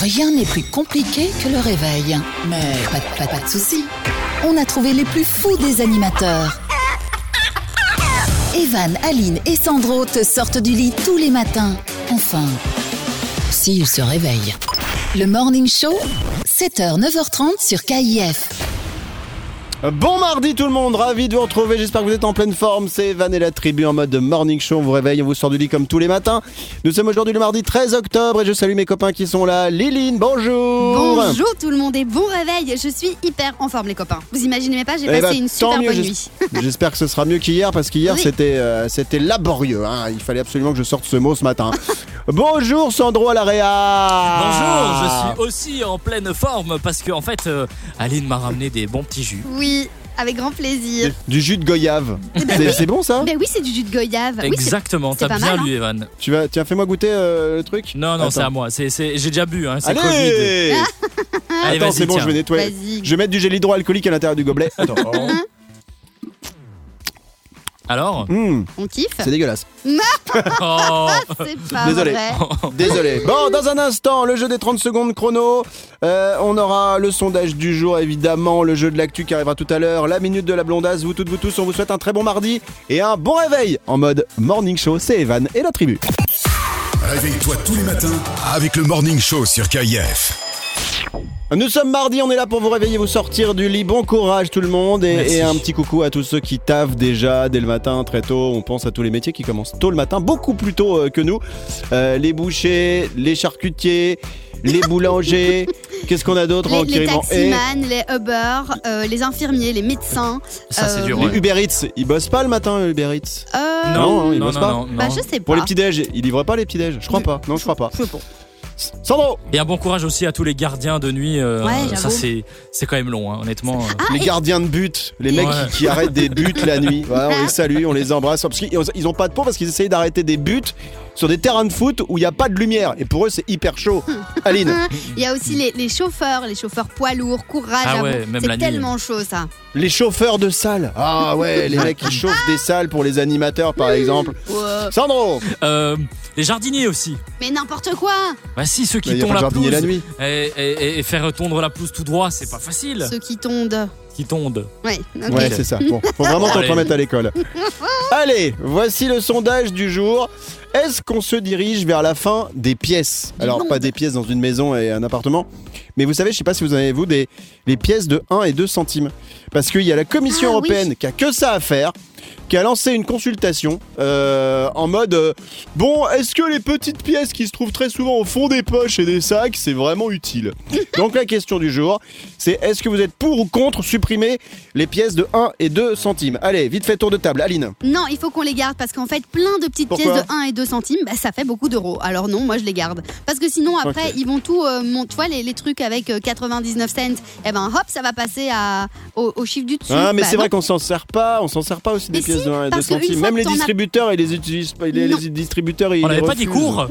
Rien n'est plus compliqué que le réveil. Mais pas de soucis. On a trouvé les plus fous des animateurs. Evan, Aline et Sandro te sortent du lit tous les matins. Enfin, s'ils se réveillent. Le Morning Show, 7h, 9h30 sur KIF. Bon mardi tout le monde, ravi de vous retrouver, j'espère que vous êtes en pleine forme, c'est Evan et la tribu en mode morning show, on vous réveille, on vous sort du lit comme tous les matins. Nous sommes aujourd'hui le mardi 13 octobre et je salue mes copains qui sont là. Liline, bonjour. Bonjour tout le monde et bon réveil, je suis hyper en forme les copains. Vous imaginez même pas, j'ai passé une super bonne nuit. J'espère que ce sera mieux qu'hier parce qu'hier oui. c'était laborieux, hein. Il fallait absolument que je sorte ce mot ce matin. Bonjour Sandro à la réa. Bonjour, je suis aussi en pleine forme parce que en fait Aline m'a ramené des bons petits jus. Oui, avec grand plaisir. Du jus de goyave. C'est bon ça? Ben oui, c'est du jus de goyave. Exactement, oui, t'as bien mal, lu Evan. Tiens, fais-moi goûter le truc. Non, Attends. c'est à moi, j'ai déjà bu, hein, c'est Allez Covid. Allez, Attends, vas-y, c'est bon, tiens. je vais nettoyer. Vas-y. Je vais mettre du gel hydroalcoolique à l'intérieur du gobelet. Attends. Alors On kiffe. C'est dégueulasse. Oh. C'est pas Désolé. vrai. Désolé. Bon, dans un instant, le jeu des 30 secondes chrono. On aura le sondage du jour, évidemment, le jeu de l'actu qui arrivera tout à l'heure, la minute de la blondasse. Vous toutes, vous tous, on vous souhaite un très bon mardi et un bon réveil en mode morning show. C'est Evan et la tribu. Réveille-toi tous les matins avec le Morning Show sur KIF. Nous sommes mardi, on est là pour vous réveiller, vous sortir du lit. Bon courage tout le monde et un petit coucou à tous ceux qui taffent déjà dès le matin, très tôt. On pense à tous les métiers qui commencent tôt le matin, beaucoup plus tôt que nous. Les bouchers, les charcutiers, les boulangers. Qu'est-ce qu'on a d'autre Les taximans, les Uber, les infirmiers, les médecins. Ça c'est dur. Les Uber Eats, ils bossent pas le matin, Uber Eats? Non, ils bossent pas. non. Bah je sais pas. Pour les petits déj, ils livrent pas les petits déj? Je crois pas. Non, je crois pas. Je sais pas. Sandro. Et un bon courage aussi à tous les gardiens de nuit. Ouais, ça j'avoue. c'est quand même long, hein, honnêtement. Les gardiens de but, les mecs qui arrêtent des buts la nuit. Voilà, on les salue, on les embrasse. Parce qu'ils ont pas de peau parce qu'ils essayent d'arrêter des buts sur des terrains de foot où il n'y a pas de lumière. Et pour eux, c'est hyper chaud. Aline. Il y a aussi les chauffeurs poids lourds, courage. Ah ouais, même la c'est nuit. tellement chaud ça. Les chauffeurs de salle. Ah ouais, les mecs qui chauffent des salles pour les animateurs, par exemple. Ouais. Sandro. Les jardiniers aussi. Mais n'importe quoi. Bah si, ceux qui Il y a tondent pas de la jardinier pelouse. la nuit. Et faire tondre la pelouse tout droit, c'est pas facile. Ceux qui tondent. Qui tondent. Ouais, ok. Ouais, c'est ça. Bon, faut vraiment qu'on te remette à l'école. Allez, voici le sondage du jour. Est-ce qu'on se dirige vers la fin des pièces? Alors, pas des pièces dans une maison et un appartement, mais vous savez, je sais pas si vous avez, vous, les pièces de 1 et 2 centimes. Parce qu'il y a la Commission européenne qui a que ça à faire, qui a lancé une consultation en mode bon, est-ce que les petites pièces qui se trouvent très souvent au fond des poches et des sacs, c'est vraiment utile? Donc la question du jour, c'est est-ce que vous êtes pour ou contre supprimer les pièces de 1 et 2 centimes? Allez, vite fait tour de table. Aline. Non, il faut qu'on les garde parce qu'en fait, plein de petites Pourquoi pièces de 1 et 2 centimes, bah, ça fait beaucoup d'euros. Alors non, moi je les garde. Parce que sinon, après, ils vont tout tu vois, les trucs avec 99 cents, et ben hop, ça va passer au chiffre du dessus. Ah, mais Bah, c'est non. vrai qu'on s'en sert pas aussi des Mais pièces si, de 1 et 2 parce qu'une centimes. fois Même que les t'en as- distributeurs, ils les utilisent pas. Les Non. distributeurs, ils On les n'avait pas des refusent. cours.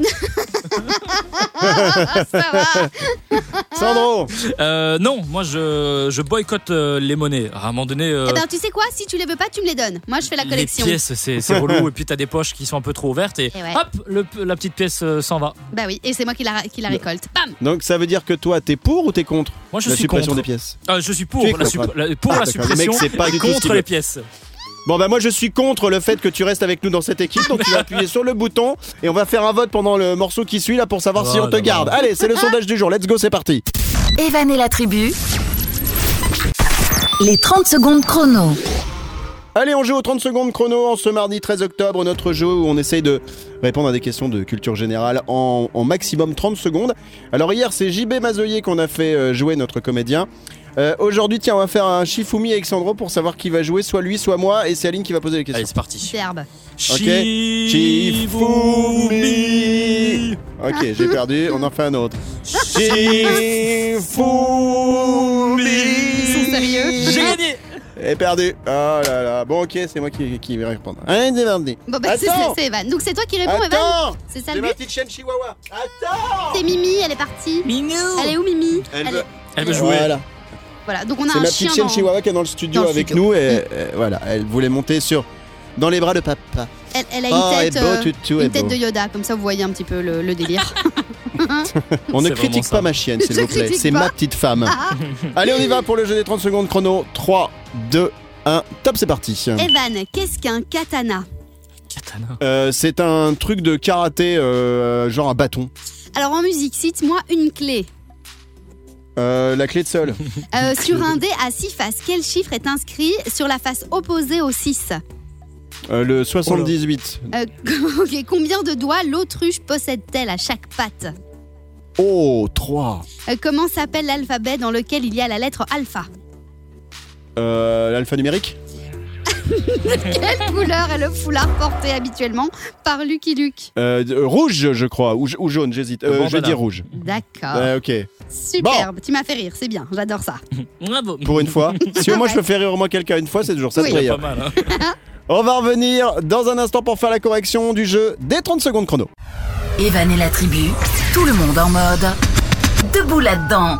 Ça va. Sandro. Non, moi je boycotte les monnaies. À un moment donné, Eh ben, tu sais quoi, si tu les veux pas, tu me les donnes. Moi, je fais la les collection. pièces c'est relou et puis t'as des poches qui sont un peu trop ouvertes et ouais. hop, la petite pièce s'en va. Bah oui, et c'est moi qui la récolte. Bam. Donc ça veut dire que toi, t'es pour ou t'es contre Moi je la suis suppression contre. des pièces? Je suis pour Tu es la, contre. la D'accord. suppression Le mec, c'est pas et du tout ce contre qu'il les veut. pièces. Bon bah moi je suis contre le fait que tu restes avec nous dans cette équipe, donc tu vas appuyer sur le bouton et on va faire un vote pendant le morceau qui suit là pour savoir si on te garde. Allez, c'est le sondage du jour, let's go, c'est parti. Evan et la tribu. Les 30 secondes chrono. Allez, on joue aux 30 secondes chrono en ce mardi 13 octobre, notre jeu où on essaye de répondre à des questions de culture générale en maximum 30 secondes. Alors hier c'est JB Mazoyer qu'on a fait jouer, notre comédien. Aujourd'hui, tiens, on va faire un Shifumi avec Sandro pour savoir qui va jouer, soit lui, soit moi, et c'est Aline qui va poser les questions. Allez, c'est parti. Superbe. Shifumi. Ok, j'ai perdu, on en fait un autre. Shifumi. Ils sont sérieux? J'ai gagné. Et perdu. Oh là là. Bon, ok, c'est moi qui vais répondre. Allez, c'est parti. Bon, bah, Attends. c'est Evan. Donc, c'est toi qui réponds, Evan? Attends. C'est ça J'ai le ma but? petite chienne chihuahua. Attends. C'est Mimi, elle est partie. Minou. Elle est où, Mimi? Elle veut jouer. Voilà. Donc, on a C'est un ma chien petite chienne dans... chihuahua qui est dans le studio dans le avec studio. nous et voilà, elle voulait monter dans les bras de papa. elle a une tête de Yoda, comme ça vous voyez un petit peu le délire. On ne critique pas ma chienne, s'il vous plaît. C'est ma petite femme. Allez, on y va pour le jeu des 30 secondes chrono. 3, 2, 1, top, c'est parti. Evan, qu'est-ce qu'un katana? C'est un truc de karaté, genre un bâton. Alors en musique, cite-moi une clé. La clé de sol. Sur un dé à 6 faces, quel chiffre est inscrit sur la face opposée au 6? Le 78. Ok, combien de doigts l'autruche possède-t-elle à chaque patte? Oh, 3. Comment s'appelle l'alphabet dans lequel il y a la lettre alpha? L'alphanumérique. Quelle couleur est le foulard porté habituellement par Lucky Luke? Rouge, je crois, ou jaune, j'hésite. Je vais dire rouge. D'accord. Ok. Superbe, bon. Tu m'as fait rire, c'est bien, j'adore ça. Bravo. Pour une fois. Si au moins je peux faire rire au moins quelqu'un une fois, c'est toujours ça de Oui. prix. Pas mal, hein. On va revenir dans un instant pour faire la correction du jeu des 30 secondes chrono. Evan et la tribu, tout le monde en mode debout là-dedans.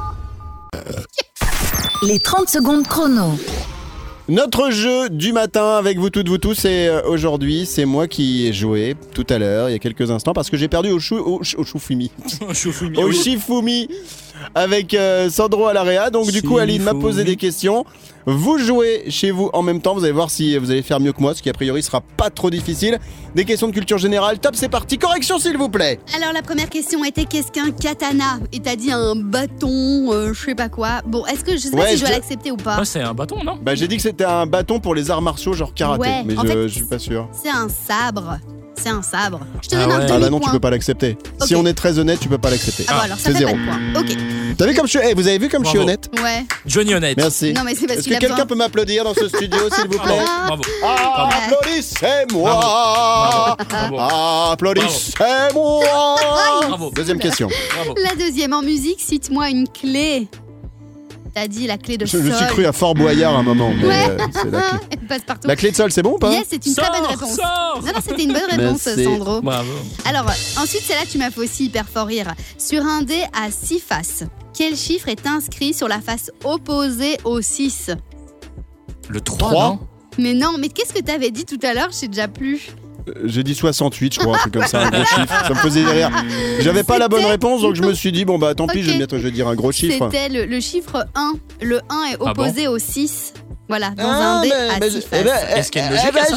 Les 30 secondes chrono. Notre jeu du matin avec vous toutes, vous tous, et aujourd'hui, c'est moi qui ai joué tout à l'heure, il y a quelques instants, parce que j'ai perdu au Choufumi. Au Shifumi avec Sandro à l'AREA. Donc du coup, Aline m'a posé des questions. Vous jouez chez vous en même temps, vous allez voir si vous allez faire mieux que moi, ce qui a priori sera pas trop difficile. Des questions de culture générale, top, c'est parti, correction s'il vous plaît. Alors la première question était qu'est-ce qu'un katana? Et t'as dit un bâton, je sais pas quoi. Bon, est-ce que je sais pas si je dois l'accepter ou pas? Ouais, c'est un bâton, non? Bah j'ai dit que c'était un bâton pour les arts martiaux genre karaté, Ouais, mais en fait, je suis pas sûr. C'est un sabre. C'est un sabre. Je te Ah donne un ouais. demi-point. Ah là non, tu peux pas l'accepter. Ok. Si on est très honnête, tu peux pas l'accepter. Ah bon, alors ça c'est fait pas zéro. de point. Ok. T'as vu comme je suis... vous avez vu comme je suis Bravo. honnête? Ouais. Johnny Honnête. Merci. Non mais c'est parce Est-ce qu'il que a quelqu'un besoin. peut m'applaudir dans ce studio, s'il vous plaît? Bravo. Ah, applaudissez-moi! Bravo. Applaudissez-moi! Bravo. Deuxième question. Bravo. La deuxième en musique, cite-moi une clé. T'as dit la clé de Je sol. me suis cru à Fort Boyard un moment, mais Ouais. c'est la clé. Elle passe partout. La clé de sol, c'est bon ou pas? Yes, c'est une très bonne réponse. Sors. Non, c'était une bonne réponse, Merci. Sandro. Bravo. Alors, ensuite, celle-là, tu m'as fait aussi hyper fort rire. Sur un dé à 6 faces, quel chiffre est inscrit sur la face opposée au 6? Le 3, 3? non? Mais non, mais qu'est-ce que t'avais dit tout à l'heure? Je sais déjà plus. J'ai dit 68, je crois, un truc comme ça, un gros chiffre. Ça me faisait rire. J'avais pas la bonne réponse, donc je me suis dit, bon bah tant pis, Ok. je vais dire un gros chiffre. C'était le chiffre 1. Le 1 est Ah opposé au 6. Voilà, dans un dé à 6 faces. Est-ce qu'il y a une logique à ça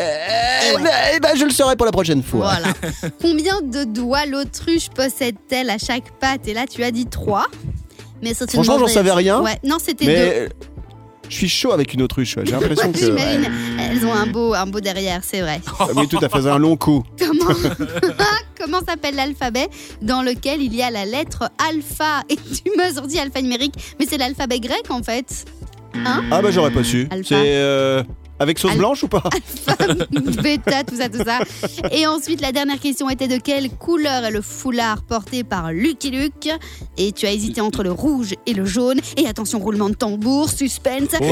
je le saurai pour la prochaine fois. Voilà. Combien de doigts l'autruche possède-t-elle à chaque patte? Et là, tu as dit 3. Mais c'est une Franchement, j'en mauvaise- savais rien. Ouais, non, c'était 2. Mais je suis chaud avec une autruche, ouais. J'ai l'impression que... J'imagine. Elles ont un beau derrière, c'est vrai. Oui, tout à fait, un long coup. Comment s'appelle l'alphabet dans lequel il y a la lettre alpha? Et tu m'as sorti alphanumérique, mais c'est l'alphabet grec en fait. Ah bah j'aurais pas su. Alpha. C'est avec sauce blanche ou pas? Bêta, tout ça. Et ensuite, la dernière question était de quelle couleur est le foulard porté par Lucky Luke? Et tu as hésité entre le rouge et le jaune. Et attention, roulement de tambour, suspense. C'était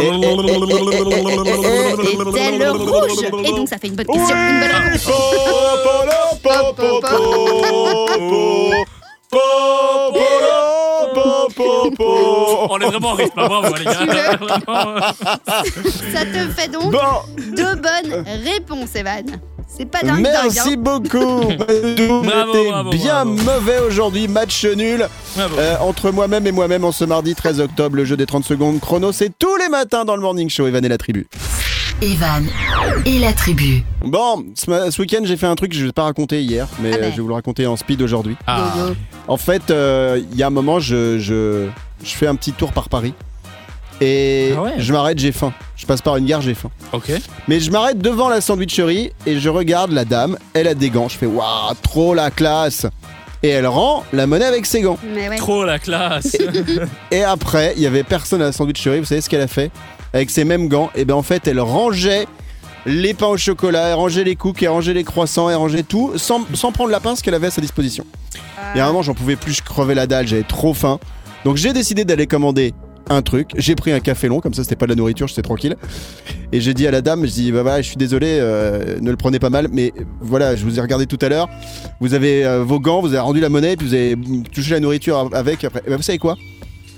le rouge. Et donc, ça fait une bonne question, une bonne réponse. On est vraiment en rythme, bravo les gars. Vraiment. Ça te fait donc Bon, 2 bonnes réponses, Evan. C'est pas dingue. merci beaucoup. Vous étiez bravo, bien bravo. mauvais aujourd'hui, match nul. Bravo. Entre moi-même et moi-même en ce mardi 13 octobre, le jeu des 30 secondes chrono, c'est tous les matins dans le Morning Show, Evan et la tribu. Evan et la tribu. Bon, ce week-end j'ai fait un truc que je ne vais pas raconter hier, mais Ah ben. je vais vous le raconter en speed aujourd'hui. Ah. Go, go. En fait, il y a un moment, je fais un petit tour par Paris et Ah ouais. je m'arrête, j'ai faim. Je passe par une gare, j'ai faim. Ok. Mais je m'arrête devant la sandwicherie et je regarde la dame, elle a des gants. Je fais waouh, trop la classe. Et elle rend la monnaie avec ses gants. Mais ouais. Trop la classe. Et après, il y avait personne à la sandwicherie. Vous savez ce qu'elle a fait? Avec ces mêmes gants, et ben en fait, elle rangeait les pains au chocolat, elle rangeait les cookies, elle rangeait les croissants, elle rangeait tout sans prendre la pince qu'elle avait à sa disposition. Et à un moment, j'en pouvais plus, je crevais la dalle, j'avais trop faim. Donc j'ai décidé d'aller commander un truc. J'ai pris un café long, comme ça c'était pas de la nourriture, j'étais tranquille. Et j'ai dit à la dame, je dis bah, je suis désolé, ne le prenez pas mal, mais voilà, je vous ai regardé tout à l'heure. Vous avez vos gants, vous avez rendu la monnaie, puis vous avez touché la nourriture avec après. Et ben, vous savez quoi?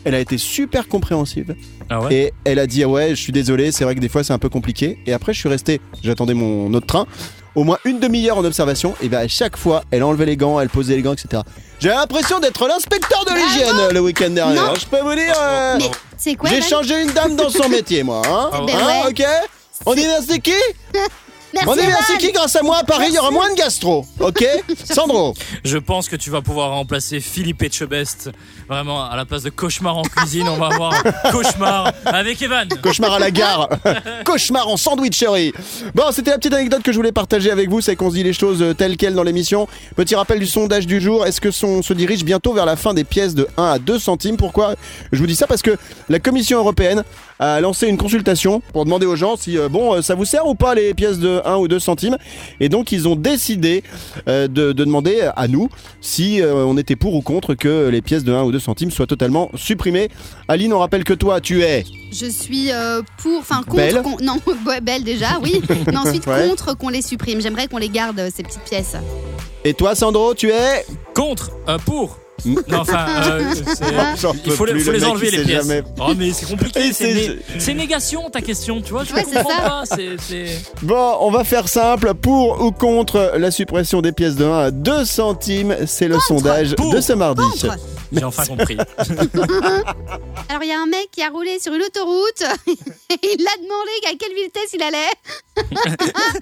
elle a été super compréhensive. Ah ouais. Et elle a dit ouais, je suis désolé, c'est vrai que des fois c'est un peu compliqué. Et après je suis resté, j'attendais mon autre train, au moins une demi-heure en observation. Et bien à chaque fois, elle enlevait les gants, elle posait les gants, etc. J'ai l'impression d'être l'inspecteur de l'hygiène le week-end dernier. Non. Alors, je peux vous dire, Mais c'est quoi j'ai Evan changé une dame dans son métier, moi. Hein, Ben ouais. ok. On dit merci qui? Merci On dit merci Evan. qui? Grâce à moi, à Paris, il y aura moins de gastro. Ok. Sandro. Je pense que tu vas pouvoir remplacer Philippe Etchebest. Vraiment, à la place de cauchemar en cuisine, on va avoir cauchemar avec Evan. Cauchemar à la gare. Cauchemar en sandwicherie. Bon, c'était la petite anecdote que je voulais partager avec vous. C'est qu'on se dit les choses telles quelles dans l'émission. Petit rappel du sondage du jour. Est-ce que on se dirige bientôt vers la fin des pièces de 1 à 2 centimes? Pourquoi je vous dis ça? Parce que la Commission européenne a lancé une consultation pour demander aux gens si ça vous sert ou pas les pièces de 1 ou 2 centimes. Et donc ils ont décidé de demander à nous si on était pour ou contre que les pièces de 1 ou 2 centimes soient totalement supprimées. Aline, on rappelle que toi tu es... Je suis pour, enfin contre. Belle. Non, ouais, belle déjà, oui. Mais ensuite Ouais. contre qu'on les supprime. J'aimerais qu'on les garde ces petites pièces. Et toi Sandro, tu es... Contre, pour. Non, enfin, J'en il faut peux plus, le les mec, enlever il les sait pièces. jamais. Oh mais c'est compliqué, Et c'est négation ta question, tu vois, je Ouais, c'est comprends ça. pas. C'est... Bon, on va faire simple. Pour ou contre la suppression des pièces de 1 à 2 centimes? C'est le sondage Pour. de ce mardi. Contre. J'ai enfin compris. Alors il y a un mec qui a roulé sur une autoroute et il a demandé à quelle vitesse il allait.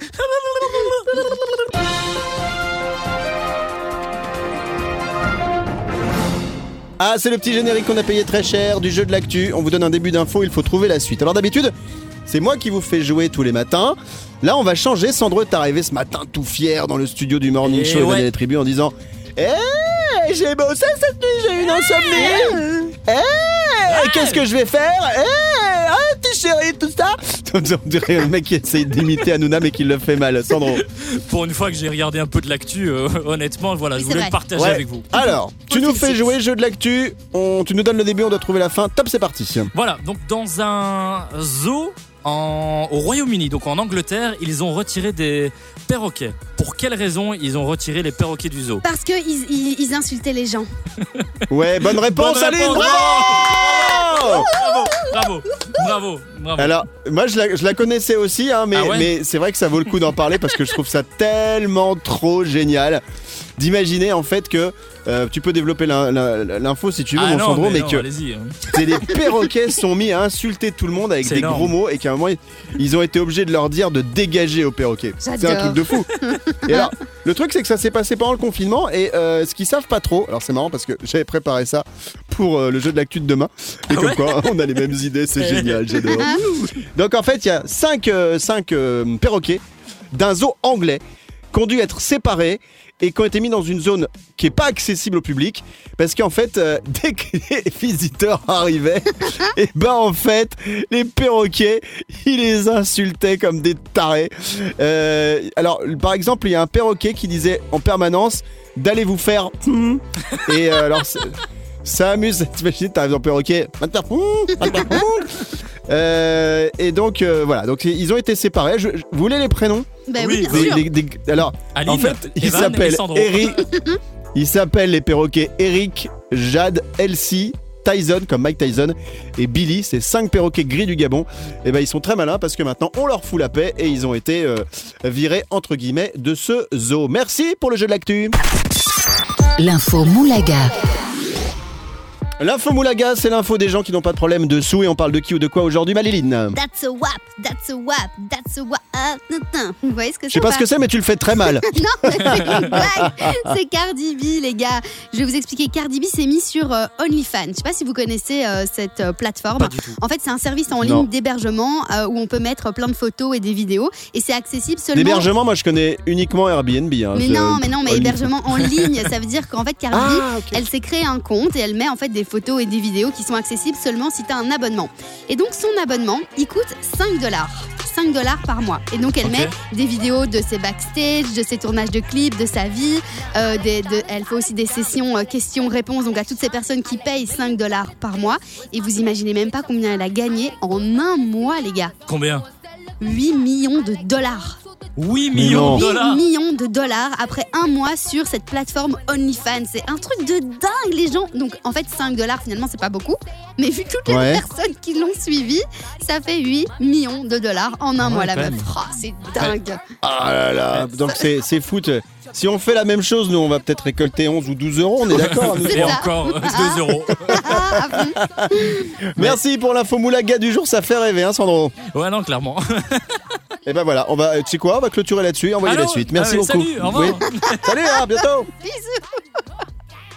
Ah, c'est le petit générique qu'on a payé très cher du jeu de l'actu. On vous donne un début d'info, il faut trouver la suite. Alors d'habitude, c'est moi qui vous fais jouer tous les matins. Là, on va changer. Sandro est arrivé ce matin tout fier dans le studio du Morning Et Show et ouais. de la tribu en disant j'ai bossé cette nuit, j'ai une insomnie. Qu'est-ce que je vais faire? Petit chéri, tout ça. On dirait un mec qui essaye d'imiter Hanouna mais qui le fait mal. Sandro. Pour une fois que j'ai regardé un peu de l'actu, honnêtement, voilà, Oui, je c'est voulais vrai. le partager Ouais. avec vous. Alors, tu On nous te fais félicite. jouer jeu de l'actu. Tu nous donnes le début, on doit trouver la fin. Top, c'est parti. Voilà, donc dans un zoo au Royaume-Uni, donc en Angleterre, ils ont retiré des perroquets. Pour quelle raison ils ont retiré les perroquets du zoo? Parce qu'ils insultaient les gens. Ouais, bonne réponse, Bonne Aline, réponse, bravo. Bravo. Alors, moi je la connaissais aussi, hein, mais, Ah ouais mais c'est vrai que ça vaut le coup d'en parler parce que je trouve ça tellement trop génial d'imaginer en fait que tu peux développer l'info si tu veux, mon Sandro, mais que allez-y. les perroquets sont mis à insulter tout le monde avec C'est des énorme. gros mots et qu'à un moment ils ont été obligés de leur dire de dégager aux perroquets. C'est un J'adore. truc de fou. Et alors, le truc c'est que ça s'est passé pendant le confinement et ce qu'ils savent pas trop, alors c'est marrant parce que j'avais préparé ça pour le jeu de l'actu de demain et comme quoi on a les mêmes idées, c'est génial, j'adore. Donc en fait il y a 5 perroquets d'un zoo anglais qui ont dû être séparés et qui ont été mis dans une zone qui est pas accessible au public parce qu'en fait dès que les visiteurs arrivaient et ben en fait les perroquets ils les insultaient comme des tarés. Alors par exemple il y a un perroquet qui disait en permanence d'aller vous faire et alors ça amuse, t'imagines, t'arrives dans le perroquet et donc voilà, donc ils ont été séparés. Vous voulez les prénoms? Ben Oui, oui, bien sûr. Alors Aline, en fait ils Evan et s'appellent Sandro. Eric. Ils s'appellent les perroquets Eric, Jade, Elsie, Tyson comme Mike Tyson et Billy. C'est 5 perroquets gris du Gabon. Et ben ils sont très malins parce que maintenant on leur fout la paix et ils ont été virés entre guillemets de ce zoo. Merci pour le jeu de l'actu. L'info Moulaga. L'info Moulaga, c'est l'info des gens qui n'ont pas de problème de sous et on parle de qui ou de quoi aujourd'hui, Maléline? That's a wap, that's a wap, that's a wap. Vous voyez ce que Je sais pas ce que c'est mais tu le fais très mal. Non, mais c'est une blague. C'est Cardi B, les gars. Je vais vous expliquer. Cardi B s'est mis sur OnlyFans. Je sais pas si vous connaissez cette plateforme. Pas du tout. En fait, c'est un service en ligne Non. d'hébergement où on peut mettre plein de photos et des vidéos. Et c'est accessible seulement. L'hébergement, moi je connais uniquement Airbnb. Hein. Mais non, mais Only- hébergement en ligne, ça veut dire qu'en fait Cardi B, Ah, ok. elle s'est créé un compte et elle met en fait des photos et des vidéos qui sont accessibles seulement si tu as un abonnement. Et donc son abonnement, il coûte $5. $5 par mois. Et donc elle Ok. met des vidéos de ses backstage, de ses tournages de clips, de sa vie. Elle fait aussi des sessions questions-réponses, donc à toutes ces personnes qui payent $5 par mois. Et vous imaginez même pas combien elle a gagné en un mois, les gars. Combien? 8 millions de dollars. 8 Mais millions non. de dollars. 8 millions de dollars après un mois sur cette plateforme OnlyFans. C'est un truc de dingue, les gens. Donc, en fait, 5 dollars, finalement, c'est pas beaucoup. Mais vu toutes les Ouais. personnes qui l'ont suivi, ça fait 8 millions de dollars en un Ouais, mois, la quand meuf. même. C'est dingue. Ah là là, donc c'est foot. Si on fait la même chose, nous on va peut-être récolter 11 ou 12 euros, on est d'accord à nous C'est Et trois. ça. encore 2 euros. Ah, à fond. Merci pour l'info moulaga du jour, ça fait rêver, hein Sandro. Ouais, non, clairement. Et ben voilà, tu sais quoi, on va clôturer là-dessus et envoyer Allô la suite. Merci Allez, beaucoup. salut, au revoir. Salut, à bientôt. Bisous.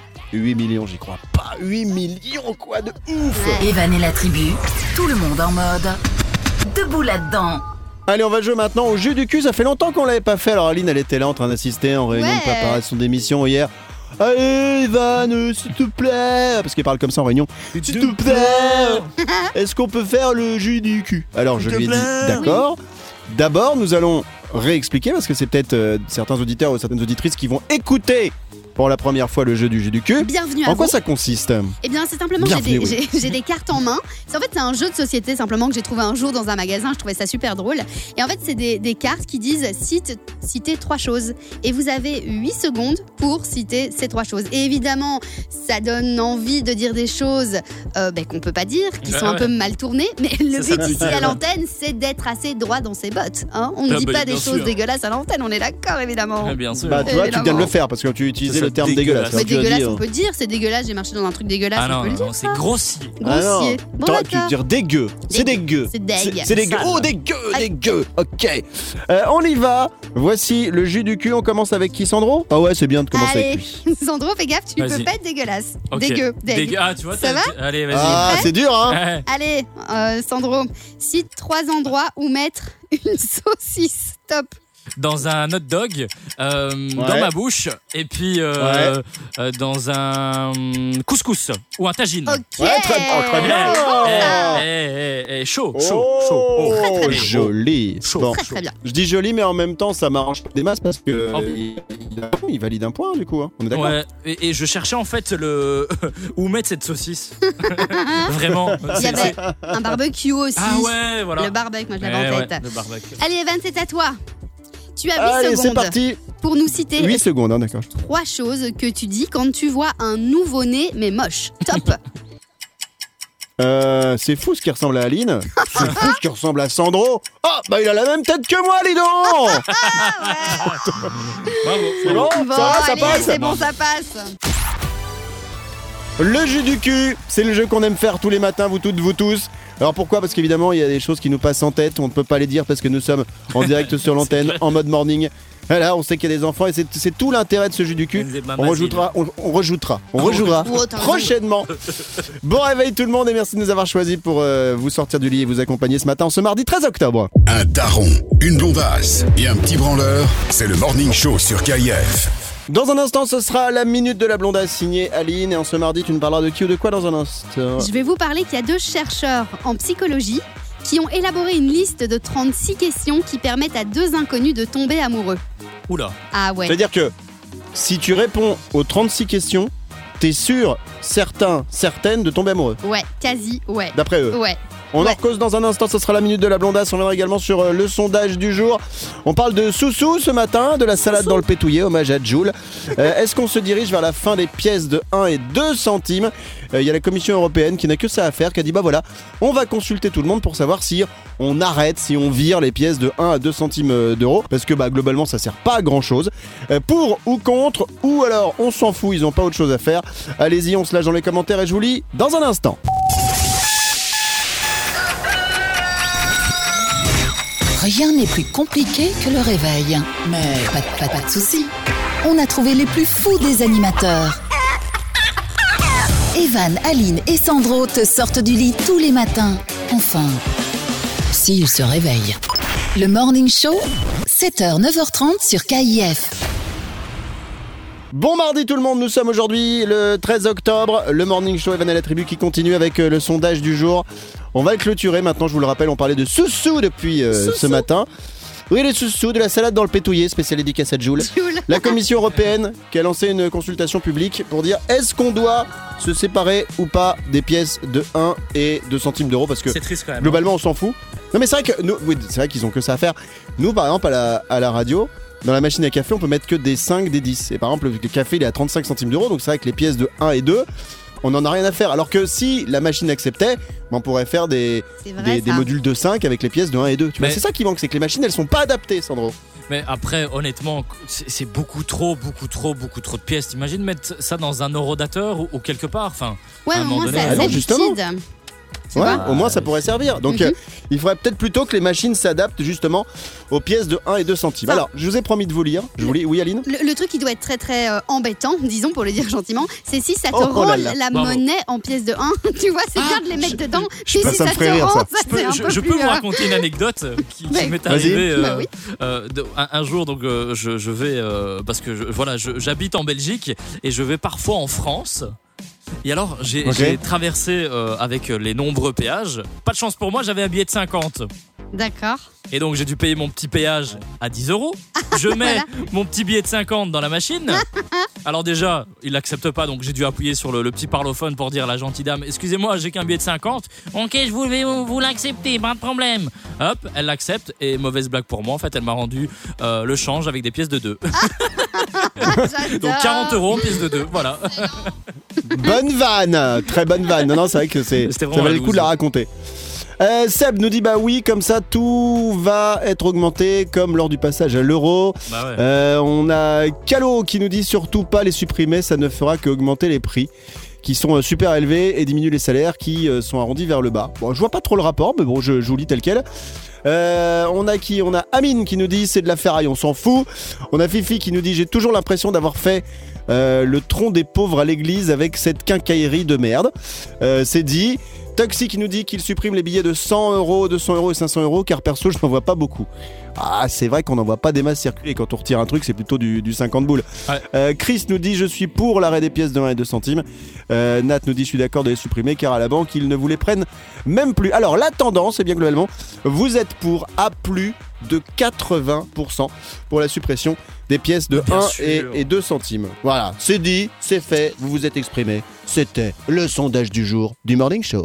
8 millions, j'y crois pas. 8 millions, quoi, de ouf. Ouais. Evan et la tribu, tout le monde en mode debout là-dedans. Allez, on va jouer maintenant au jeu du cul. Ça fait longtemps qu'on l'avait pas fait. Alors Aline, elle était là en train d'assister en réunion de Ouais. préparation d'émission hier. Allez, Evan, s'il te plaît. Parce qu'il parle comme ça en réunion. S'il te plaît. Est-ce qu'on peut faire le jeu du cul? Alors je lui ai dit d'accord. D'abord, nous allons réexpliquer parce que c'est peut-être certains auditeurs ou certaines auditrices qui vont écouter pour la première fois le jeu du cul. Bienvenue à En quoi vous. ça consiste? Eh bien, c'est simplement Bienvenue, j'ai des cartes en main. En fait, c'est un jeu de société simplement que j'ai trouvé un jour dans un magasin. Je trouvais ça super drôle. Et en fait, c'est des cartes qui disent citer 3 choses. Et vous avez 8 secondes pour citer ces 3 choses. Et évidemment, ça donne envie de dire des choses qu'on peut pas dire, qui sont un peu mal tournées. Mais le C'est ça, but ici ouais. à l'antenne, c'est d'être assez droit dans ses bottes. Hein, on ne Ah dit bah, pas des bien choses sûr. dégueulasses à l'antenne. On est d'accord, évidemment. Bien sûr. Bah tu vois, tu viens de Évidemment. le faire parce que tu utilisais C'est le terme dégueulasse. dégueulasse. Mais Alors, tu as dégueulasse, dit, on peut le dire. C'est dégueulasse. J'ai marché dans un truc dégueulasse. Ah on non, peut le non, dire. c'est ça. grossier. Ah non. Grossier. Bon, Tu veux d'accord. dire dégueu. C'est dégueu. C'est dégue. C'est dégueu. Sale. Oh, dégueu, Allez. dégueu. Ok. On y va. Voici le jus du cul. On commence avec qui, Sandro? Ah ouais, c'est bien de commencer avec Allez, lui. Sandro, fais gaffe, tu Vas-y. peux pas être dégueulasse. Ok. Dégueu, dégue. Ah, tu vois, Ça va allez, vas-y. Ah, c'est dur, hein? Ouais. Allez, Sandro, cite 3 endroits où mettre une saucisse. Top. Dans un hot dog, dans ma bouche, et puis dans un couscous ou un tagine. Ok. Ouais, très bien. Chaud, Oh, chaud, chaud. Très, très bien. joli. Chaud. Bon, Très très bien. je dis joli, mais en même temps, ça m'arrange pas des masses parce que Oh. il valide un point, du coup. Hein. On est d'accord? Ouais, et je cherchais en fait où mettre cette saucisse. Vraiment. Il y avait un barbecue aussi. Ah ouais, voilà. Le barbecue, moi je l'avais Ouais, en ouais, tête. le barbecue. Allez, Evan, c'est à toi. Tu as 8 Allez, c'est secondes parti. pour nous citer 8 secondes, hein, d'accord. 3 choses que tu dis quand tu vois un nouveau-né mais moche. Top. C'est fou ce qui ressemble à Aline. C'est fou ce qui ressemble à Sandro. Ah, bah il a la même tête que moi, dis donc. Bravo. C'est bon, Bon, ça va, ça allez, passe. c'est bon, ça passe. Le jus du cul, c'est le jeu qu'on aime faire tous les matins, vous toutes, vous tous. Alors pourquoi? Parce qu'évidemment, il y a des choses qui nous passent en tête, on ne peut pas les dire parce que nous sommes en direct sur l'antenne, en mode morning. Là, on sait qu'il y a des enfants et c'est tout l'intérêt de ce jus du cul. On rejouera Oh, t'as raison. prochainement. Bon réveil tout le monde et merci de nous avoir choisis pour vous sortir du lit et vous accompagner ce matin, ce mardi 13 octobre. Un daron, une blondasse et un petit branleur, c'est le Morning Show sur KIF. Dans un instant, ce sera la minute de la blondasse signée Aline. Et en ce mardi, tu nous parleras de qui ou de quoi dans un instant? Je vais vous parler qu'il y a 2 chercheurs en psychologie qui ont élaboré une liste de 36 questions qui permettent à 2 inconnus de tomber amoureux. Oula. Ah ouais. C'est-à-dire que si tu réponds aux 36 questions, t'es sûr, certaines de tomber amoureux. Ouais, quasi, ouais. D'après eux. Ouais. On Ouais. en cause dans un instant, ce sera la minute de la blondasse. On reviendra également sur le sondage du jour. On parle de Soussou ce matin, de la salade dans le pétouillé, hommage à Joule. Est-ce qu'on se dirige vers la fin des pièces de 1 et 2 centimes? Il y a la Commission européenne qui n'a que ça à faire, qui a dit bah voilà, on va consulter tout le monde pour savoir si on arrête, si on vire les pièces de 1 à 2 centimes d'euros. Parce que bah globalement ça sert pas à grand chose. Pour ou contre, ou alors on s'en fout, ils ont pas autre chose à faire. Allez-y, on se lâche dans les commentaires et je vous lis dans un instant. Rien n'est plus compliqué que le réveil. Mais pas de soucis. On a trouvé les plus fous des animateurs. Evan, Aline et Sandro te sortent du lit tous les matins. Enfin, s'ils se réveillent. Le Morning Show, 7h, 9h30 sur KIF. Bon mardi tout le monde, nous sommes aujourd'hui le 13 octobre, le Morning Show Evan et la tribu qui continue avec le sondage du jour. On va le clôturer maintenant, je vous le rappelle, on parlait de Soussou depuis ce matin. Oui, les Soussous, de la salade dans le pétouillé, spécial dédicace à Joule. Joule. La Commission européenne qui a lancé une consultation publique pour dire est-ce qu'on doit se séparer ou pas des pièces de 1 et 2 centimes d'euros parce que C'est triste quand même. globalement on s'en fout. Non mais c'est vrai que c'est vrai qu'ils ont que ça à faire. Nous par exemple à la radio, dans la machine à café, on peut mettre que des 5, des 10. Et par exemple, le café il est à 35 centimes d'euros, donc c'est vrai que les pièces de 1 et 2, on n'en a rien à faire. Alors que si la machine acceptait, on pourrait faire des modules de 5 avec les pièces de 1 et 2. Tu vois, c'est ça qui manque, c'est que les machines elles sont pas adaptées, Sandro. Mais après, honnêtement, c'est beaucoup trop de pièces. T'imagines mettre ça dans un horodateur ou quelque part, enfin. Ouais, à un au moment moins donné, ça justement. lucide. Ouais, au moins ça pourrait servir. Donc il faudrait peut-être plutôt que les machines s'adaptent justement aux pièces de 1 et 2 centimes. Alors, je vous ai promis de vous lire. Je vous lis. Oui, Aline ? Le truc qui doit être très très embêtant, disons pour le dire gentiment, c'est si ça te rend la monnaie en pièces de 1. Tu vois, c'est bien de les mettre dedans. Puis si ça te rend, je peux vous raconter une anecdote qui m'est arrivée un jour. Donc je vais parce que j'habite en Belgique et je vais parfois en France. Et alors, j'ai traversé avec les nombreux péages. Pas de chance pour moi, j'avais un billet de 50. D'accord. Et donc, j'ai dû payer mon petit péage à 10 €. Je mets mon petit billet de 50 dans la machine. Alors déjà, il l'accepte pas, donc j'ai dû appuyer sur le petit parlophone pour dire à la gentille dame « Excusez-moi, j'ai qu'un billet de 50. Ok, je vais vous l'accepter, pas de problème. » Hop, elle l'accepte et mauvaise blague pour moi. En fait, elle m'a rendu le change avec des pièces de 2. Donc 40 € en pièces de 2, voilà. Bonne vanne, très bonne vanne. Non, c'est vrai que ça valait le coup de la raconter. Seb nous dit bah oui, comme ça tout va être augmenté comme lors du passage à l'euro. Bah ouais. On a Calo qui nous dit surtout pas les supprimer, ça ne fera qu'augmenter les prix qui sont super élevés et diminuer les salaires qui sont arrondis vers le bas. Bon, je vois pas trop le rapport, mais bon, je vous lis tel quel. On a Amine qui nous dit c'est de la ferraille, on s'en fout. On a Fifi qui nous dit j'ai toujours l'impression d'avoir fait le tronc des pauvres à l'église avec cette quincaillerie de merde. C'est dit. Taxi qui nous dit qu'il supprime les billets de 100 €, 200 € et 500 € car perso je n'en vois pas beaucoup. Ah, c'est vrai qu'on n'en voit pas des masses circuler. Quand on retire un truc, c'est plutôt du 50 boules. Ouais. Chris nous dit je suis pour l'arrêt des pièces de 1 et 2 centimes. Nat nous dit je suis d'accord de les supprimer car à la banque ils ne vous les prennent même plus. Alors la tendance, bien globalement, vous êtes pour à plus de 80% pour la suppression des pièces de 1 et 2 centimes. Voilà, c'est dit, c'est fait, vous vous êtes exprimé. C'était le sondage du jour du Morning Show.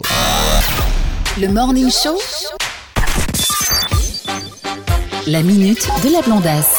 Le Morning Show, la minute de la blondasse.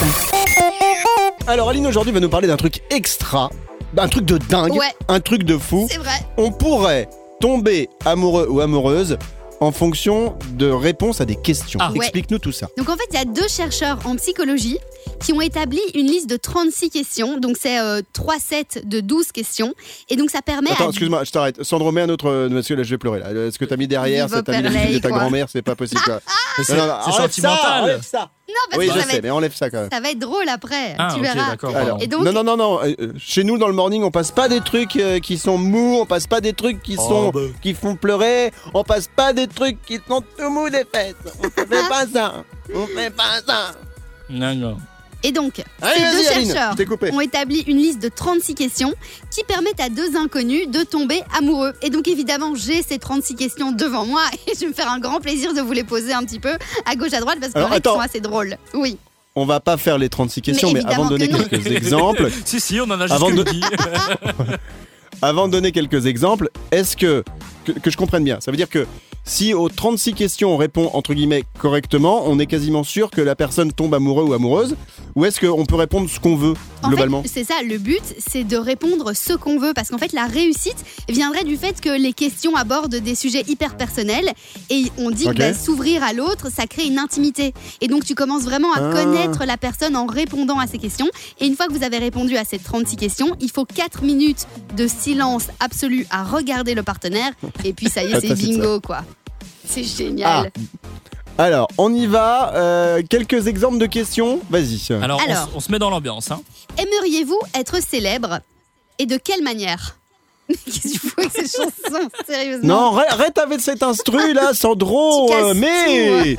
Alors Aline aujourd'hui va nous parler d'un truc extra, un truc de dingue, un truc de fou. C'est vrai. On pourrait tomber amoureux ou amoureuse en fonction de réponses à des questions. Explique-nous tout ça. Donc en fait, il y a 2 chercheurs en psychologie qui ont établi une liste de 36 questions. Donc c'est 3 sets de 12 questions. Et donc ça permet excuse-moi, je t'arrête. Sandro, mets un autre... Parce que là, je vais pleurer. Là. Est-ce que t'as mis derrière ça, t'as mis la de ta grand-mère, c'est pas possible. Quoi. C'est sentimental. Enlève ça. Non, parce oui, que je sais, mais enlève ça quand même. Ça va être drôle après, tu okay, verras. D'accord, alors, et donc... Non. Chez nous, dans le morning, on passe pas des trucs qui sont mous, on passe pas des trucs qui font pleurer, on passe pas des trucs qui sont tout mous des fesses. On fait pas ça. On fait pas ça. Non. Et donc, ces 2 chercheurs Aline, ont établi une liste de 36 questions qui permettent à 2 inconnus de tomber amoureux. Et donc, évidemment, j'ai ces 36 questions devant moi et je vais me faire un grand plaisir de vous les poser un petit peu à gauche, à droite parce qu'en fait, ils sont assez drôles. Oui. On va pas faire les 36 questions, mais avant de donner quelques exemples... Si, on en a juste dit. Avant de donner quelques exemples, est-ce que je comprenne bien, ça veut dire que si aux 36 questions on répond entre guillemets correctement, on est quasiment sûr que la personne tombe amoureux ou amoureuse, ou est-ce qu'on peut répondre ce qu'on veut globalement ? En fait, c'est ça, le but, c'est de répondre ce qu'on veut, parce qu'en fait la réussite viendrait du fait que les questions abordent des sujets hyper personnels et on dit que s'ouvrir à l'autre, ça crée une intimité. Et donc tu commences vraiment à connaître la personne en répondant à ces questions. Et une fois que vous avez répondu à ces 36 questions, il faut 4 minutes de silence absolu à regarder le partenaire et puis ça y est, c'est bingo quoi. C'est génial. Alors, on y va. Quelques exemples de questions. Vas-y. Alors on se met dans l'ambiance. Aimeriez-vous être célèbre ? Et de quelle manière ? Qu'est-ce que tu fous avec ces chansons ? Sérieusement ? Non, arrête avec cet instru là, Sandro. Mais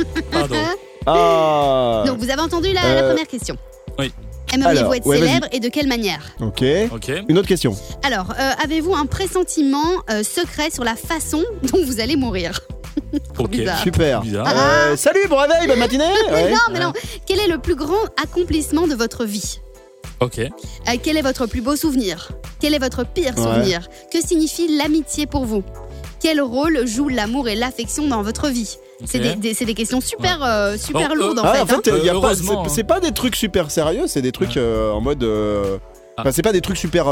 Donc vous avez entendu la première question. Oui. Aimeriez-vous être célèbre et de quelle manière ? Ok. Une autre question. Alors, avez-vous un pressentiment secret sur la façon dont vous allez mourir ? Bizarre. Super. Salut, bon réveil, bonne matinée. Mais non. Quel est le plus grand accomplissement de votre vie ? Ok. Quel est votre plus beau souvenir ? Quel est votre pire souvenir ? Que signifie l'amitié pour vous ? Quel rôle joue l'amour et l'affection dans votre vie ? C'est des questions super lourdes en Ah, fait. en fait, y a pas, heureusement. c'est pas des trucs super sérieux, c'est des trucs en mode. Enfin, c'est pas des trucs super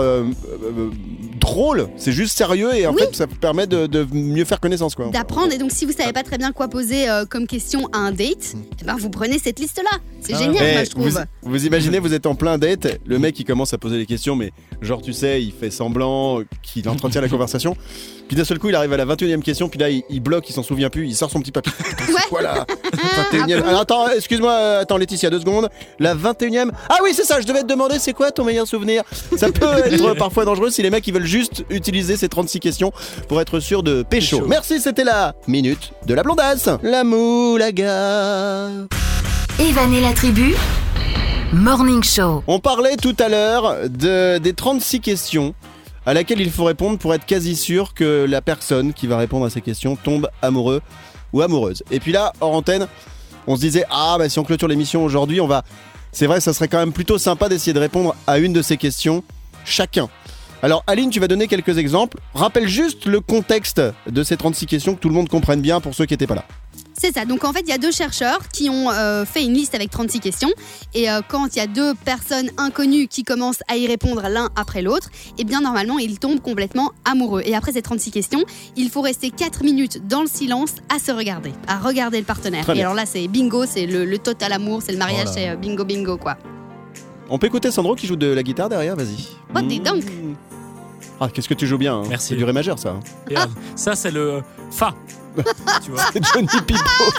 drôles, c'est juste sérieux et en fait ça permet de mieux faire connaissance quoi. D'apprendre, et donc si vous savez pas très bien quoi poser comme question à un date, eh ben vous prenez cette liste là. C'est génial, moi je trouve. Vous imaginez, vous êtes en plein date, le mec il commence à poser des questions, mais genre tu sais, il fait semblant qu'il entretient la conversation, puis d'un seul coup il arrive à la 21e question, puis là il bloque, il s'en souvient plus, il sort son petit papier. C'est quoi là 21e. Alors, attends, excuse-moi, attends Laetitia, 2 secondes. La 21e. Ah oui, c'est ça, je devais te demander c'est quoi ton meilleur souvenir. Ça peut être parfois dangereux si les mecs ils veulent juste utiliser ces 36 questions pour être sûr de pécho. Merci, c'était la minute de la blondasse. La moulaga. Evan et la tribu, Morning Show. On parlait tout à l'heure des 36 questions à laquelle il faut répondre pour être quasi sûr que la personne qui va répondre à ces questions tombe amoureux ou amoureuse. Et puis là, hors antenne, on se disait si on clôture l'émission aujourd'hui, c'est vrai, ça serait quand même plutôt sympa d'essayer de répondre à une de ces questions chacun. Alors Aline, tu vas donner quelques exemples. Rappelle juste le contexte de ces 36 questions, que tout le monde comprenne bien pour ceux qui n'étaient pas là. C'est ça, donc en fait il y a 2 chercheurs qui ont fait une liste avec 36 questions et quand il y a 2 personnes inconnues qui commencent à y répondre l'un après l'autre, et bien normalement ils tombent complètement amoureux. Et après ces 36 questions, il faut rester 4 minutes dans le silence à se regarder, à regarder le partenaire. Et alors là c'est bingo, c'est le total amour, c'est le mariage, c'est bingo bingo quoi. On peut écouter Sandro qui joue de la guitare derrière, vas-y. Oh dis donc. Ah, qu'est-ce que tu joues bien, hein. Merci. C'est du ré majeur ça. Ça c'est le Fa. Tu vois. C'est Johnny Pipo.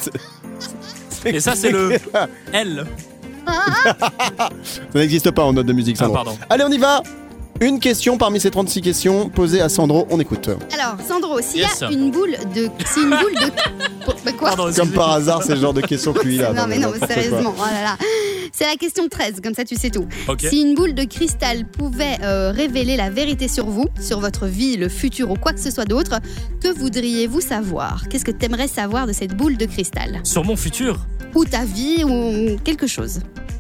Et ça c'est le L. Ça n'existe pas en note de musique, Sandro. Pardon. Allez, on y va. Une question parmi ces 36 questions posées à Sandro, on écoute. Alors Sandro, s'il Yes. y a une boule de... C'est une boule de... Bah, quoi Pardon, Comme par hasard, c'est le genre de question que lui là. Non mais non, n'importe quoi. sérieusement, oh là là. C'est la question 13, comme ça tu sais tout. Ok. Si une boule de cristal pouvait révéler la vérité sur vous, sur votre vie, le futur ou quoi que ce soit d'autre, que voudriez-vous savoir ? Qu'est-ce que t'aimerais savoir de cette boule de cristal ? Sur mon futur. Ou ta vie, ou quelque chose.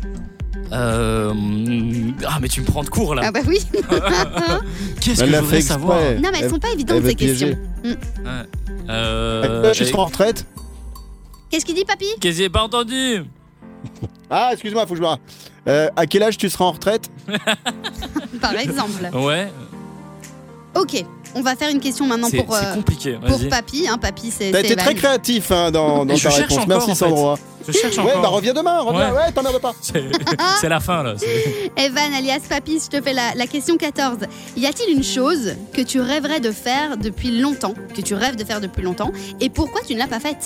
Ah mais tu me prends de court là. Ah bah oui. Qu'est-ce Elle que je l'a voudrais fait savoir exprès. Non mais elles sont pas évidentes elle veut ces questions. piéger. Tu Je seras en retraite. Qu'est-ce qu'il dit papy ? Qu'est-ce que j'ai pas entendu? Ah, excuse-moi, faut que je me... à quel âge tu seras en retraite? Par exemple. Ouais. Ok, on va faire une question maintenant C'est pour compliqué. pour Vas-y. papy. Hein, papy c'est T'as été Evan. très créatif hein, dans Je ta cherche réponse. encore, Merci en fait. Sandro. Je cherche Ouais, encore. bah reviens demain, reviens. Ouais, t'emmerdes pas. C'est la fin là. Evan alias papy, je te fais la question 14. Y a-t-il une chose que tu rêverais de faire depuis longtemps, que tu rêves de faire depuis longtemps, et pourquoi tu ne l'as pas faite ?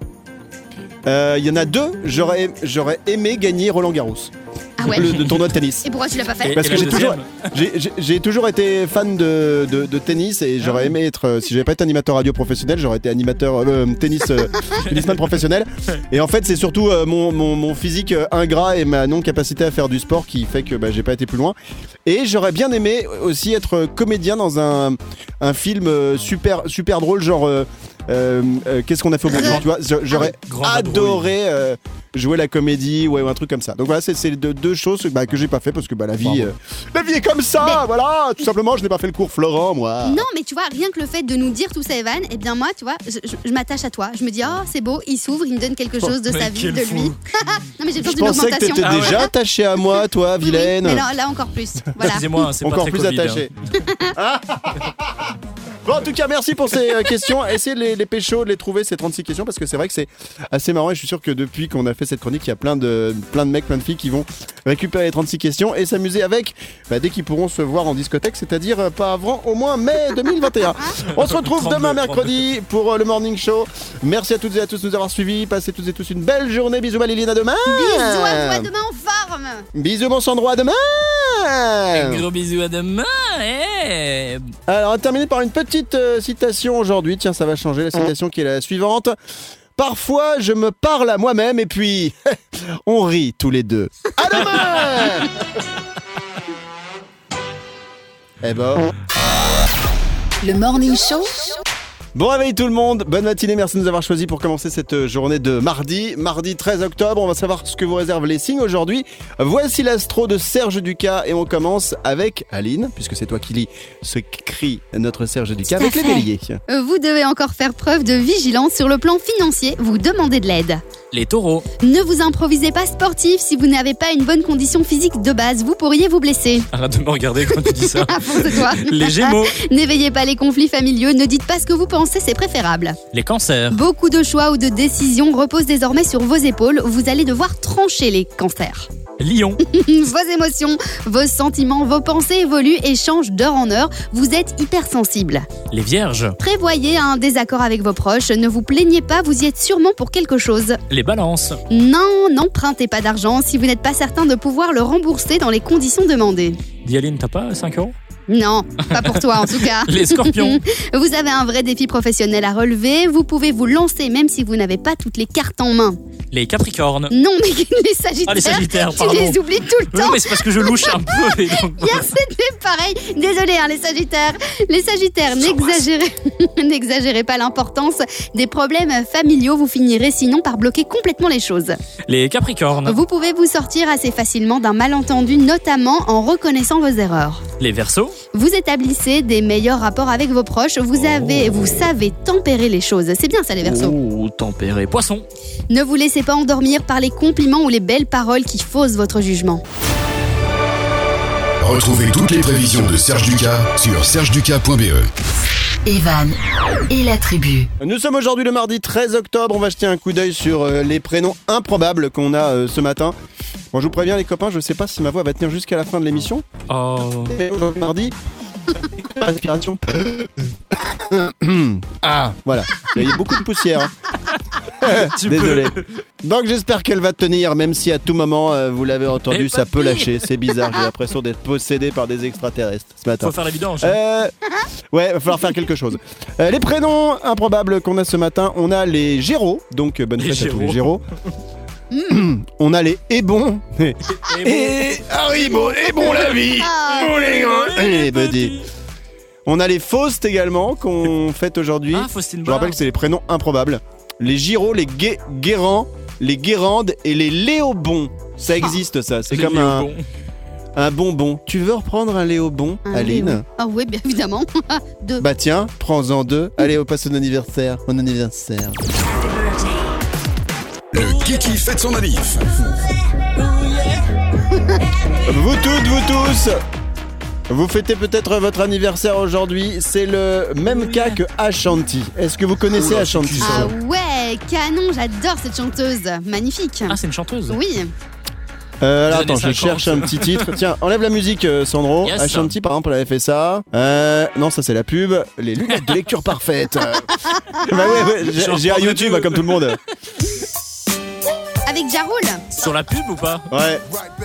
Il y en a 2, j'aurais aimé gagner Roland Garros. Ah ouais. Le tournoi de tennis. Et pourquoi tu l'as pas fait ? Et- Parce que la j'ai toujours été fan de tennis et j'aurais aimé être, si j'avais pas été animateur radio professionnel, j'aurais été animateur tennisman professionnel. Et en fait, c'est surtout mon physique ingrat et ma non-capacité à faire du sport qui fait que j'ai pas été plus loin. Et j'aurais bien aimé aussi être comédien dans un film super drôle, genre qu'est-ce qu'on a fait au bon Dieu, tu vois, j'aurais Grand adoré jouer la comédie ou un truc comme ça. Donc voilà, c'est deux choses que j'ai pas fait parce que la vie est comme ça, voilà, tout simplement. Je n'ai pas fait le cours Florent, moi. Non, mais tu vois, rien que le fait de nous dire tout ça, Evan, eh bien moi, tu vois, je m'attache à toi. Je me dis, oh, c'est beau, il s'ouvre, il me donne quelque chose de Mais sa vie, quel de fou. lui. Non, mais j'ai besoin Je d'une pensais que augmentation. t'étais déjà attaché à moi, toi, Oui, vilaine. mais là encore plus. Voilà. Excusez-moi, c'est pas Encore très plus Covid, attaché. Bon, en tout cas, merci pour ces questions. Essayez de les pécho, de les trouver, ces 36 questions, parce que c'est vrai que c'est assez marrant. Et je suis sûr que depuis qu'on a fait cette chronique, il y a plein de mecs, plein de filles qui vont récupérer les 36 questions et s'amuser avec dès qu'ils pourront se voir en discothèque, c'est-à-dire pas avant au moins mai 2021. On se retrouve 32, demain mercredi pour le Morning Show. Merci à toutes et à tous de nous avoir suivis. Passez toutes et tous une belle journée. Bisous, Maléline, à demain. Bisous à vous, à demain en forme. Bisous, mon Sandro, à demain. Un gros bisou à demain. Alors, on va terminer par une petite citation aujourd'hui. Tiens, ça va changer. La citation qui est la suivante. Parfois, je me parle à moi-même et puis on rit tous les deux. À demain. Eh ben. Le Morning Show Bon réveil tout le monde, bonne matinée, merci de nous avoir choisis pour commencer cette journée de mardi 13 octobre. On va savoir ce que vous réservent les signes aujourd'hui. Voici l'astro de Serge Ducas et on commence avec Aline, puisque c'est toi qui lis ce qu'écrit notre Serge Ducas avec les béliers. Vous devez encore faire preuve de vigilance sur le plan financier, vous demandez de l'aide. Les taureaux. Ne vous improvisez pas sportif si vous n'avez pas une bonne condition physique de base, vous pourriez vous blesser. Arrête de me regarder quand tu dis ça. À force de toi. Les gémeaux. N'éveillez pas les conflits familiaux, ne dites pas ce que vous pensez, c'est préférable. Les cancers. Beaucoup de choix ou de décisions reposent désormais sur vos épaules, vous allez devoir trancher les cancers. Lion. Vos émotions, vos sentiments, vos pensées évoluent et changent d'heure en heure, vous êtes hypersensible. Les vierges. Prévoyez un désaccord avec vos proches, ne vous plaignez pas, vous y êtes sûrement pour quelque chose. Les balances. Non, n'empruntez pas d'argent si vous n'êtes pas certain de pouvoir le rembourser dans les conditions demandées. Dis Aline, t'as pas 5 euros? Non, pas pour toi en tout cas. Les scorpions. Vous avez un vrai défi professionnel à relever, vous pouvez vous lancer même si vous n'avez pas toutes les cartes en main. Les capricornes. Non, mais les sagittaires, Ah, les sagittaires, tu pardon. les oublies tout le Oui, temps. mais c'est parce que je louche un peu. Et donc... Hier c'était pareil. Désolé les sagittaires. Les sagittaires, n'exagérez pas l'importance des problèmes familiaux, vous finirez sinon par bloquer complètement les choses. Les capricornes. Vous pouvez vous sortir assez facilement d'un malentendu, notamment en reconnaissant vos erreurs. Les verseaux. Vous établissez des meilleurs rapports avec vos proches, vous savez tempérer les choses. C'est bien ça les Verseaux. Oh, tempéré. Poisson. Ne vous laissez pas endormir par les compliments ou les belles paroles qui faussent votre jugement. Retrouvez toutes les prévisions de Serge Ducas sur sergeducas.be. Evan et la tribu. Nous sommes aujourd'hui le mardi 13 octobre, on va jeter un coup d'œil sur les prénoms improbables qu'on a ce matin. Bon, je vous préviens les copains, je sais pas si ma voix va tenir jusqu'à la fin de l'émission. Oh. Et aujourd'hui, mardi, respiration. Ah, voilà, il y a beaucoup de poussière. Hein. Désolé. Donc j'espère qu'elle va tenir, même si à tout moment, vous l'avez entendu, Et ça peut papy. lâcher. C'est bizarre, j'ai l'impression d'être possédé par des extraterrestres ce matin. Faut faire la vidange. Ouais, va falloir faire quelque chose. Les prénoms improbables qu'on a ce matin, on a les Géraud, donc bonne Les fête à tous les Géraud. Géraud. On a les Ébons. Et Haribo, et bon la vie. Bon les grands. Et les buddies. On a les Faustes également qu'on fête aujourd'hui. Ah, Faustine Je Bar. rappelle que c'est les prénoms improbables. Les Giraud, les Guérand, les Guérandes et les Léobons. Ça existe ça, c'est Les comme Léobons. un bonbon. Tu veux reprendre un Léobon, Aline? Ah oui, bien évidemment. Deux. Bah tiens, prends-en deux. Allez, on passe son anniversaire. Mon anniversaire. Le Kiki fête son anniv. Vous toutes, vous tous, vous fêtez peut-être votre anniversaire aujourd'hui. C'est le même cas que Ashanti. Est-ce que vous connaissez Ashanti? Ah ouais, canon, j'adore cette chanteuse. Magnifique. Ah, c'est une chanteuse. Oui. Alors Des attends, années je 50. cherche un petit titre. Tiens, enlève la musique, Sandro. Yes. Ashanti, par exemple, elle avait fait ça. Non, ça c'est la pub. Les lunettes de lecture parfaite. Bah ouais, j'ai un YouTube, comme tout le monde. Avec Ja Rule. Sur la pub ou pas? Ouais.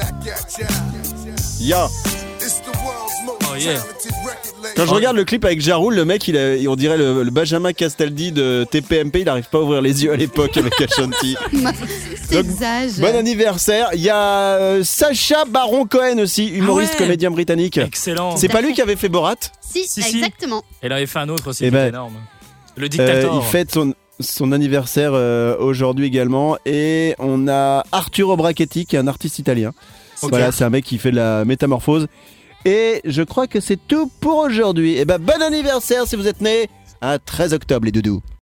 Ya. Oh yeah. Quand je regarde le clip avec Ja Rule, le mec, on dirait le Benjamin Castaldi de TPMP. Il n'arrive pas à ouvrir les yeux à l'époque avec Ashanti. C'est Donc, exage. Bon anniversaire. Il y a Sacha Baron Cohen aussi, humoriste, Ah ouais. comédien britannique. Excellent. C'est pas lui qui avait fait Borat? Si, Si, si. exactement. Elle avait fait un autre aussi, Eh qui ben, était énorme. Le dictateur. Il fête son anniversaire aujourd'hui également. Et on a Arturo Brachetti, qui est un artiste italien. Ok. Voilà, c'est un mec qui fait de la métamorphose. Et je crois que c'est tout pour aujourd'hui. Et ben bon anniversaire si vous êtes né un 13 octobre, les doudous.